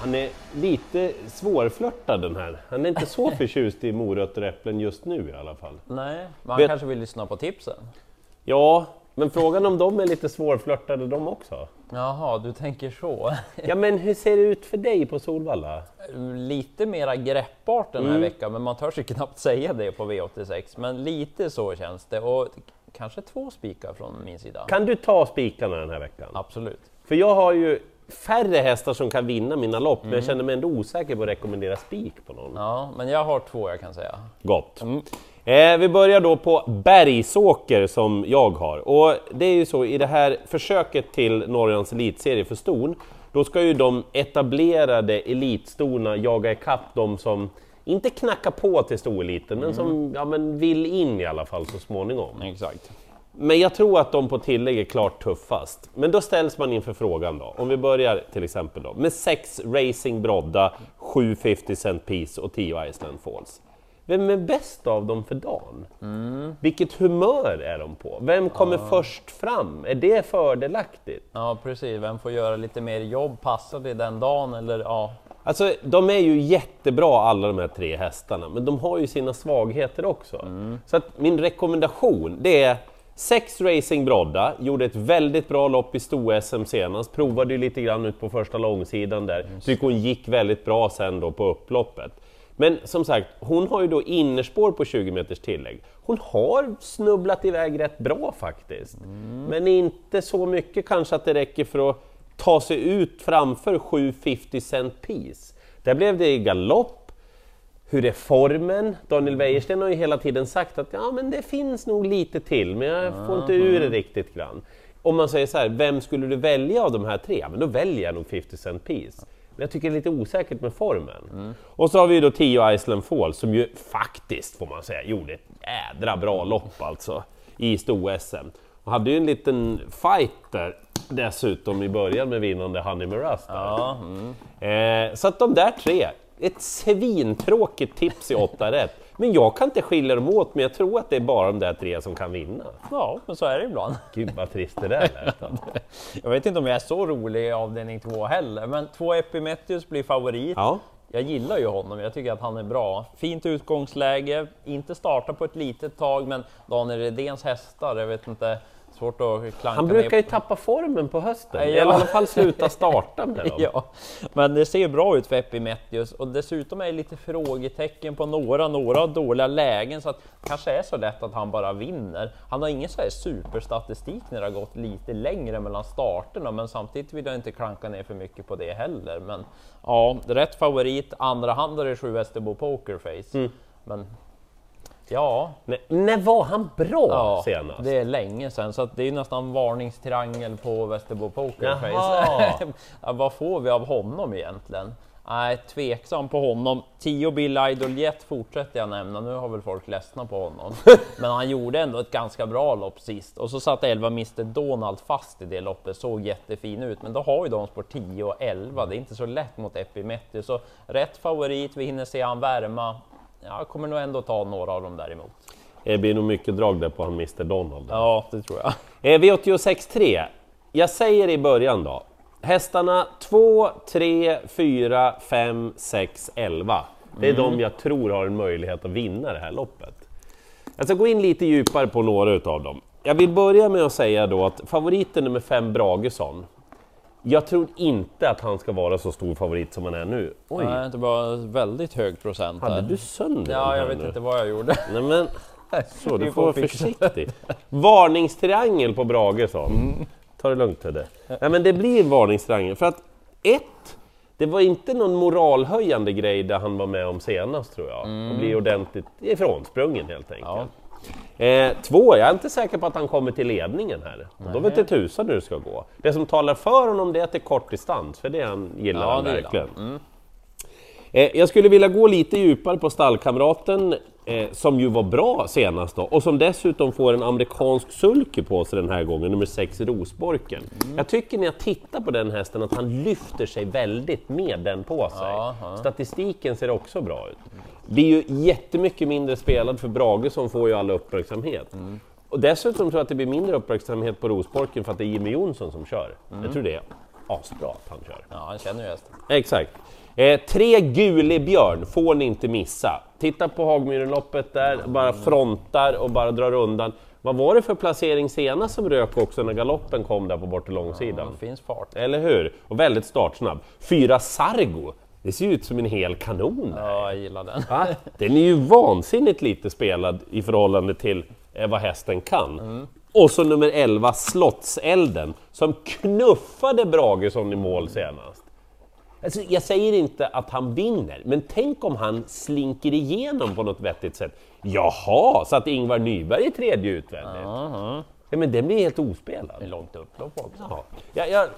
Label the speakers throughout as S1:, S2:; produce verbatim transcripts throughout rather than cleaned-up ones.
S1: Han är lite svårflörtad den här. Han är inte så förtjust i morötter och äpplen just nu i alla fall.
S2: Nej, man
S1: Vet...
S2: kanske vill lyssna på tipsen.
S1: Ja, men frågan om de är lite svårflörtade de också.
S2: Jaha, du tänker så.
S1: Ja, men hur ser det ut för dig på Solvalla?
S2: Lite mera greppbart den här
S1: Mm.
S2: veckan, men man törs ju knappt säga det på V åttiosex. Men lite så känns det, och kanske två spikar från min sida.
S1: Kan du ta spikarna den här veckan?
S2: Absolut.
S1: För jag har ju färre hästar som kan vinna mina lopp, mm. men jag känner mig ändå osäker på att rekommendera spik på någon.
S2: Ja, men jag har två jag kan säga.
S1: Gott. Mm. Eh, vi börjar då på Bergsåker som jag har. Och det är ju så, i det här försöket till Norrlands elitserie för ston, då ska ju de etablerade elitstorna jaga ikapp de som inte knackar på till storeliten, mm. men som ja, men vill in i alla fall så småningom.
S2: Exakt.
S1: Men jag tror att de på tillägg är klart tuffast. Men då ställs man inför frågan då. Om vi börjar till exempel då med sex Racing Brodda, sju femtio cent piece och tio Iceland Falls. Vem är bäst av dem för dagen? Mm. Vilket humör är de på? Vem kommer ja. först fram? Är det fördelaktigt?
S2: Ja, precis. Vem får göra lite mer jobb? Passar det den dagen? Eller, ja.
S1: Alltså, de är ju jättebra alla de här tre hästarna, men de har ju sina svagheter också. Mm. Så att min rekommendation, det är sex Racing Brodda, gjorde ett väldigt bra lopp i Sto-S M senast, provade ju lite grann ut på första långsidan där, mm. tycker hon gick väldigt bra sen då på upploppet. Men som sagt, hon har ju då innerspår på tjugo meters tillägg. Hon har snubblat iväg rätt bra faktiskt. Mm. Men inte så mycket kanske att det räcker för att ta sig ut framför sju femtio cent piece. Där blev det i galopp. Hur är formen? Daniel Wäjersten har ju hela tiden sagt att ja, men det finns nog lite till, men jag får inte ur det riktigt grann. Om man säger så här, vem skulle du välja av de här tre? Men då väljer jag nog femtio cent piece. Men jag tycker det är lite osäkert med formen. Mm. Och så har vi ju då tio Iceland Falls som ju faktiskt, får man säga, gjorde ett jädra bra lopp alltså i Sto-S M. Och hade ju en liten fight där dessutom i början med vinnande Honey Miraz.
S2: Ja,
S1: mm. eh, så att de där tre, ett svintråkigt tips i åtta rätt. Men jag kan inte skilja dem åt, men jag tror att det är bara de där tre som kan vinna.
S2: Ja, men så är det ibland.
S1: Gud vad trist det där är.
S2: Jag vet inte om jag är så rolig i avdelning två heller, men två Epimetheus blir favorit.
S1: Ja.
S2: Jag gillar ju honom, jag tycker att han är bra. Fint utgångsläge, inte starta på ett litet tag, men Daniel Redéns hästar, jag vet inte... Svårt att klanka.
S1: Han brukar ju tappa formen på hösten,
S2: ja.
S1: i alla fall sluta starta med dem.
S2: Ja, men det ser bra ut för Epimetheus, och dessutom är det lite frågetecken på några, några dåliga lägen, så att det kanske är så lätt att han bara vinner. Han har ingen så här superstatistik när det har gått lite längre mellan starterna, men samtidigt vill jag inte klanka ner för mycket på det heller. Men ja, rätt favorit, andra handare sju Västerbo Pokerface. Mm. Men ja.
S1: Nej, när var han bra
S2: ja,
S1: senast?
S2: Det är länge sedan, så att det är nästan varningstriangel på Västerbo Pokerface. Ja, vad får vi av honom egentligen? Nej, tveksam på honom. tio Bill Idol Jet fortsätter jag nämna, nu har väl folk ledsnat på honom. Men han gjorde ändå ett ganska bra lopp sist. Och så satt elva mister Donald fast i det loppet, såg jättefin ut. Men då har ju de spår tio och elva, det är inte så lätt mot Epimetheus. Så rätt favorit, vi hinner se han värma. Jag kommer nog ändå ta några av dem däremot.
S1: Det blir nog mycket drag där på han mister Donald.
S2: Ja, det tror jag.
S1: V åttiosex tre. Jag säger i början då. Hästarna två, tre, fyra, fem, sex, elva. Det är mm. de jag tror har en möjlighet att vinna det här loppet. Jag ska gå in lite djupare på några utav dem. Jag vill börja med att säga då att favoriten nummer fem Bragesson. Jag tror inte att han ska vara så stor favorit som han är nu.
S2: Oj. Nej, det var väldigt hög procent.
S1: Hade
S2: här.
S1: du sönder
S2: Ja, jag vet
S1: nu?
S2: inte vad jag gjorde.
S1: Nej, men så, du får vara försiktig. Varningstriangel på Bragesson. Mm. Ta det lugnt till det. Nej, men det blir varningstriangel. För att ett, det var inte någon moralhöjande grej där han var med om senast tror jag. Mm. Och blir ordentligt ifrånsprungen helt enkelt. Ja. Eh, två, jag är inte säker på att han kommer till ledningen här. Och då vet jag tusan hur det ska gå. Det som talar för honom det är att det är kort distans, för det han gillar ja, han verkligen. Mm. Eh, jag skulle vilja gå lite djupare på stallkamraten eh, som ju var bra senast då, och som dessutom får en amerikansk sulky på sig den här gången, nummer sex Rosborken. Mm. Jag tycker när jag tittar på den hästen att han lyfter sig väldigt med den på sig. Aha. Statistiken ser också bra ut. Det är ju jättemycket mindre spelad för Brage som får ju all uppmärksamhet. Mm. Och dessutom tror jag att det blir mindre uppmärksamhet på Rosborken för att det är Jimmy Jonsson som kör. Mm. Jag tror det. asbra att han kör.
S2: Ja, han känner ju hästen.
S1: Exakt. Eh, tre Gule Björn får ni inte missa. Titta på Hagmyrenloppet där, bara frontar och bara drar undan. Vad var det för placering senast som rök också när galoppen kom där på bort långsidan?
S2: Ja, det finns fart.
S1: Eller hur? Och väldigt startsnabb. Fyra Sargo. Det ser ut som en hel kanon där.
S2: Ja, jag gillar den.
S1: Va? Den är ju vansinnigt lite spelad i förhållande till eh, vad hästen kan. Mm. Och så nummer elva Slottselden som knuffade Bragesson i mål senast. Alltså, jag säger inte att han vinner, men tänk om han slinker igenom på något vettigt sätt. Jaha, så att Ingvar Nyberg är tredje utvändigt.
S2: Uh-huh.
S1: Ja, men den blir helt ospelad.
S2: Det är långt upplopp också.
S1: Ja. Ja, jag...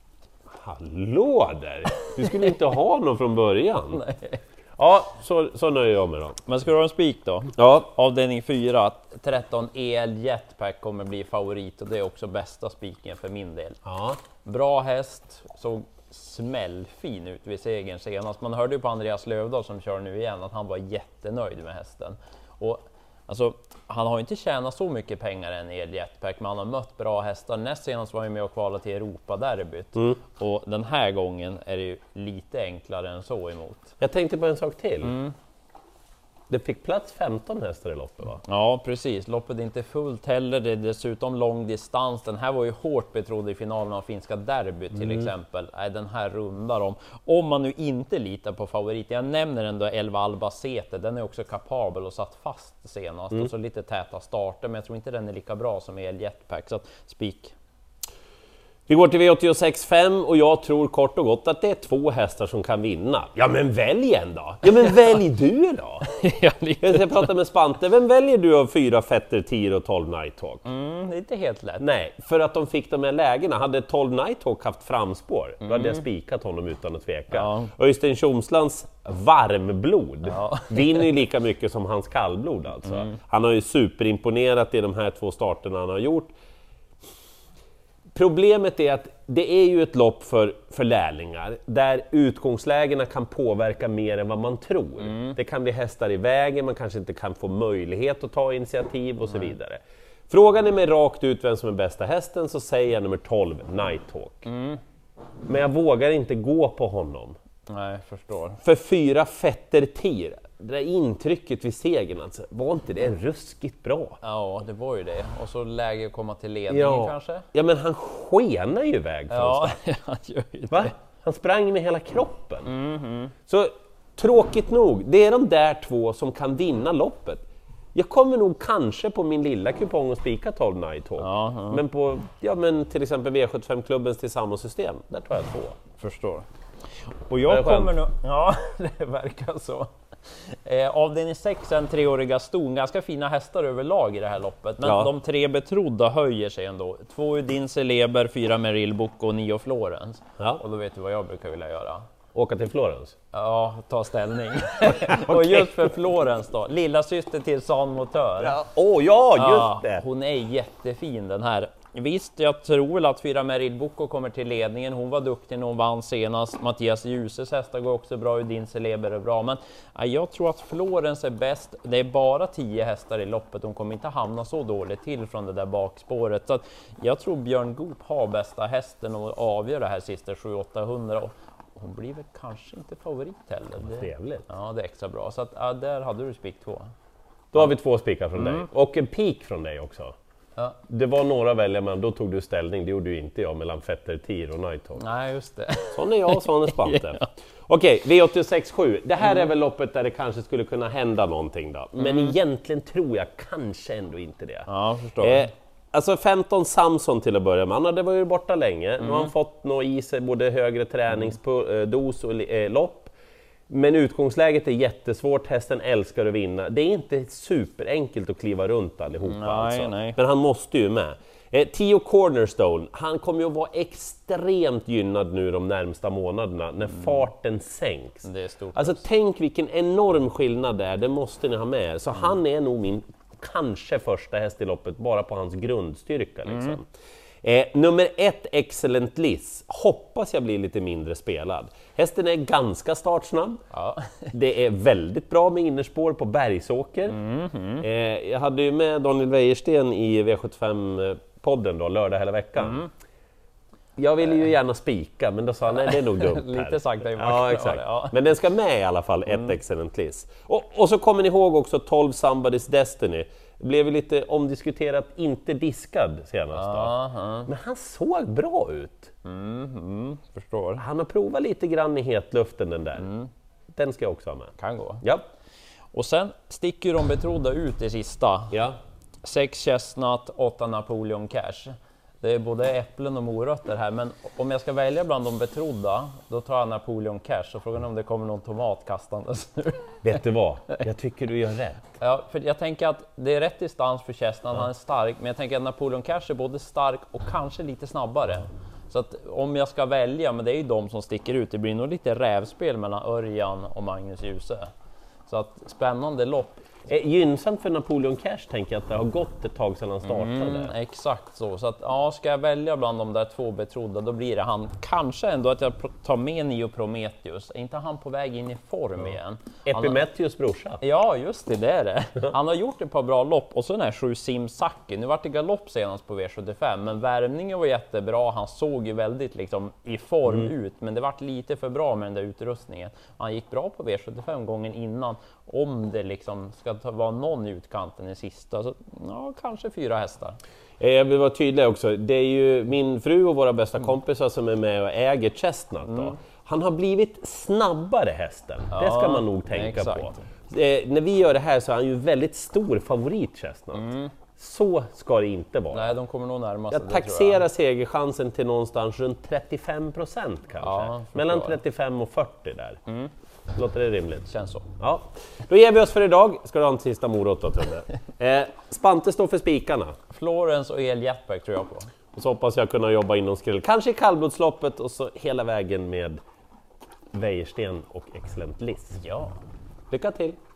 S1: Hallå där! Du skulle inte ha någon från början.
S2: Nej.
S1: Ja, så, så nöjer jag mig då.
S2: Men ska du ha en spik då?
S1: Ja.
S2: Avdelning fyra, tretton E L Jetpack kommer bli favorit och det är också bästa spiken för min del.
S1: Ja.
S2: Bra häst, såg smällfin ut vid segern senast. Man hörde ju på Andreas Lövdahl som kör nu igen att han var jättenöjd med hästen. Och alltså, han har ju inte tjänat så mycket pengar än i Jetpack, men han har mött bra hästar. Näst senast var han med och kvala till Europa-derbyt. Mm. Och den här gången är det ju lite enklare än så emot.
S1: Jag tänkte på en sak till.
S2: Mm.
S1: Det fick plats femton hästar i loppet, va?
S2: Ja, precis. Loppet är inte fullt heller. Det är dessutom lång distans. Den här var ju hårt betrodd i finalen av finska derbyt till mm. exempel. Nej, den här rundar om. Om man nu inte litar på favorit. Jag nämner ändå elva Albacete. Den är också kapabel och satt fast senast. Mm. Och så lite täta starter, men jag tror inte den är lika bra som El Jetpack. Så att spik.
S1: Vi går till V åttiosex fem och jag tror kort och gott att det är två hästar som kan vinna. Ja, men välj en då! Ja, men välj du då! Jag ska prata med Spante. Vem väljer du av fyra Fetter, tio och tolv Nighthawk?
S2: Mm, det är inte helt lätt.
S1: Nej, för att de fick de här lägena. Hade tolv Nighthawk haft framspår, mm. då hade jag spikat honom utan att tveka. Ja. Och Öystein Tjomslands varmblod ja. vinner ju lika mycket som hans kallblod alltså. Mm. Han har ju superimponerat i de här två starterna han har gjort. Problemet är att det är ju ett lopp för, för lärlingar där utgångslägena kan påverka mer än vad man tror. Mm. Det kan bli hästar i vägen, man kanske inte kan få möjlighet att ta initiativ och så
S2: mm.
S1: vidare. Frågan är mig rakt ut vem som är bästa hästen, så säger jag nummer tolv, Nighthawk. Mm. Men jag vågar inte gå på honom.
S2: Nej, jag förstår.
S1: För fyra Fetter Tir, det där intrycket vid segern alltså, var inte det ruskigt bra?
S2: Ja, det var ju det. Och så läge att komma till ledning
S1: ja.
S2: kanske?
S1: Ja, men han skenar ju iväg.
S2: Ja, han gör ju
S1: Va?
S2: det.
S1: Han sprang med hela kroppen.
S2: Mm-hmm.
S1: Så tråkigt nog, det är de där två som kan vinna loppet. Jag kommer nog kanske på min lilla kupong och spika tolv Nighthawk.
S2: Ja,
S1: men på ja, men till exempel V sjuttiofem-klubbens tillsammans-system, där tar jag två.
S2: Förstår. Och jag kommer nu... Ja, det verkar så. Eh, avdelning sex, en treåriga Ston, ganska fina hästar överlag i det här loppet, men ja. de tre betrodda höjer sig ändå. Två Udin Celeber, fyra Merrill Book och nio Florence. Ja. Och då vet du vad jag brukar vilja göra.
S1: Åka till Florence?
S2: Ja, ta ställning. Okay. Och just för Florence då, lilla syster till San Motör.
S1: Ja. Oh, ja, just ja, det!
S2: Hon är jättefin den här. Visst, jag tror väl att fyra Merrill Bocco kommer till ledningen. Hon var duktig när hon vann senast. Mattias Ljuses hästar går också bra. Udin Celeber är bra. Men ja, jag tror att Florence är bäst. Det är bara tio hästar i loppet. Hon kommer inte hamna så dåligt till från det där bakspåret. Så att jag tror Björn Goop har bästa hästen och avgör det här sista sju åttahundra. Hon blir väl kanske inte favorit heller. Det,
S1: trevligt.
S2: Ja, det är extra bra. Så att, ja, där hade du spik två.
S1: Då har vi två spikar från
S2: Mm.
S1: dig. Och en pik från dig också.
S2: Ja.
S1: Det var några välja, men då tog du ställning. Det gjorde ju inte jag mellan Fetter, Tir och Nighthawk.
S2: Nej, just det.
S1: Sån är jag och sån är Spante. Ja. Okej, V åttiosex sju. Det här mm. är väl loppet där det kanske skulle kunna hända någonting då. Men mm. egentligen tror jag kanske ändå inte det.
S2: Ja, förstår.
S1: Eh, alltså femton Samson till att börja med. Han hade varit borta länge. Mm. Nu har han fått nå i sig både högre träningsdos och eh, lopp. Men utgångsläget är jättesvårt, hästen älskar att vinna. Det är inte superenkelt att kliva runt allihopa.
S2: Nej,
S1: alltså.
S2: nej.
S1: Men han måste ju med. Eh, Tio Cornerstone, han kommer ju att vara extremt gynnad nu de närmsta månaderna när mm. farten sänks.
S2: Det är stort.
S1: Alltså tänk vilken enorm skillnad det är, det måste ni ha med. Så mm. han är nog min kanske första häst i loppet, bara på hans grundstyrka liksom. Mm. Eh, nummer ett, Excellent Liz, hoppas jag blir lite mindre spelad. Hästen är ganska startsnabb. Ja. Det är väldigt bra med innerspår på Bergsåker. Mm-hmm. eh, jag hade ju med Daniel Wäjersten i V sjuttiofem-podden då, lördag hela veckan. Mm. jag ville ju gärna spika, men då sa han nej, det är nog dumt här.
S2: Lite sagt i
S1: Ja, exakt.
S2: Ja.
S1: Men den ska med i alla fall, ett mm. excellent list. Och, och så kommer ni ihåg också tolv Somebody's Destiny. Det blev ju lite omdiskuterat, inte diskad senast då.
S2: Aha.
S1: Men han såg bra ut.
S2: Mm, mm, förstår.
S1: Han har provat lite grann i hetluften den där. Mm. Den ska jag också ha med.
S2: Kan gå.
S1: Ja.
S2: Och sen sticker de betrodda ut i sista.
S1: Ja.
S2: Sex Chestnut, åtta Napoleon Cash. Det är både äpplen och morötter här, men om jag ska välja bland de betrodda, då tar jag Napoleon Cash och frågan är om det kommer någon tomat kastandes nu.
S1: Vet du vad? Jag tycker du gör rätt.
S2: Ja, för jag tänker att det är rätt distans för Chestnut, ja. Han är stark, men jag tänker att Napoleon Cash är både stark och kanske lite snabbare. Så att om jag ska välja, men det är ju de som sticker ut, det blir nog lite rävspel mellan Örjan och Magnus Djuse. Så att spännande lopp.
S1: Är gynnsamt för Napoleon Cash, tänker jag, att det har gått ett tag sedan han startade.
S2: Mm, exakt så. Så att, ja, ska jag välja bland de där två betrodda, då blir det han. Kanske ändå att jag tar med Nio Prometheus. Är inte han på väg in i form
S1: ja.
S2: igen?
S1: Epimetheus brorsa.
S2: Ja, just det, det är det. Han har gjort ett par bra lopp och så den här sju Simsaki. Nu var det galopp senast på V sjuttiofem, men värmningen var jättebra. Han såg ju väldigt liksom i form mm. ut, men det var lite för bra med den där utrustningen. Han gick bra på V sjuttiofem gången innan. Om det liksom ska vara någon i utkanten i sista, så ja, kanske fyra hästar.
S1: Jag vill vara tydlig också, det är ju min fru och våra bästa kompisar som är med och äger Chestnut då. Mm. Han har blivit snabbare hästen, ja, det ska man nog tänka exakt. på. Eh, när vi gör det här så är han ju väldigt stor favorit Chestnut. Mm. Så ska det inte vara.
S2: Nej, de kommer nog närma sig.
S1: Jag taxerar jag. segerchansen till någonstans runt trettiofem procent kanske. Ja, mellan trettiofem och fyrtio där. Mm. Låter det rimligt?
S2: Känns så.
S1: Ja. Då ger vi oss för idag. Ska du ha en sista morot då, tror jag. Eh, Spante står för spikarna.
S2: Florence och El Jetpack tror jag på.
S1: Och så hoppas jag kunna jobba inom skrill. Kanske i kallblodsloppet och så hela vägen med Wäjersten och Excellent Liss.
S2: Ja.
S1: Lycka till!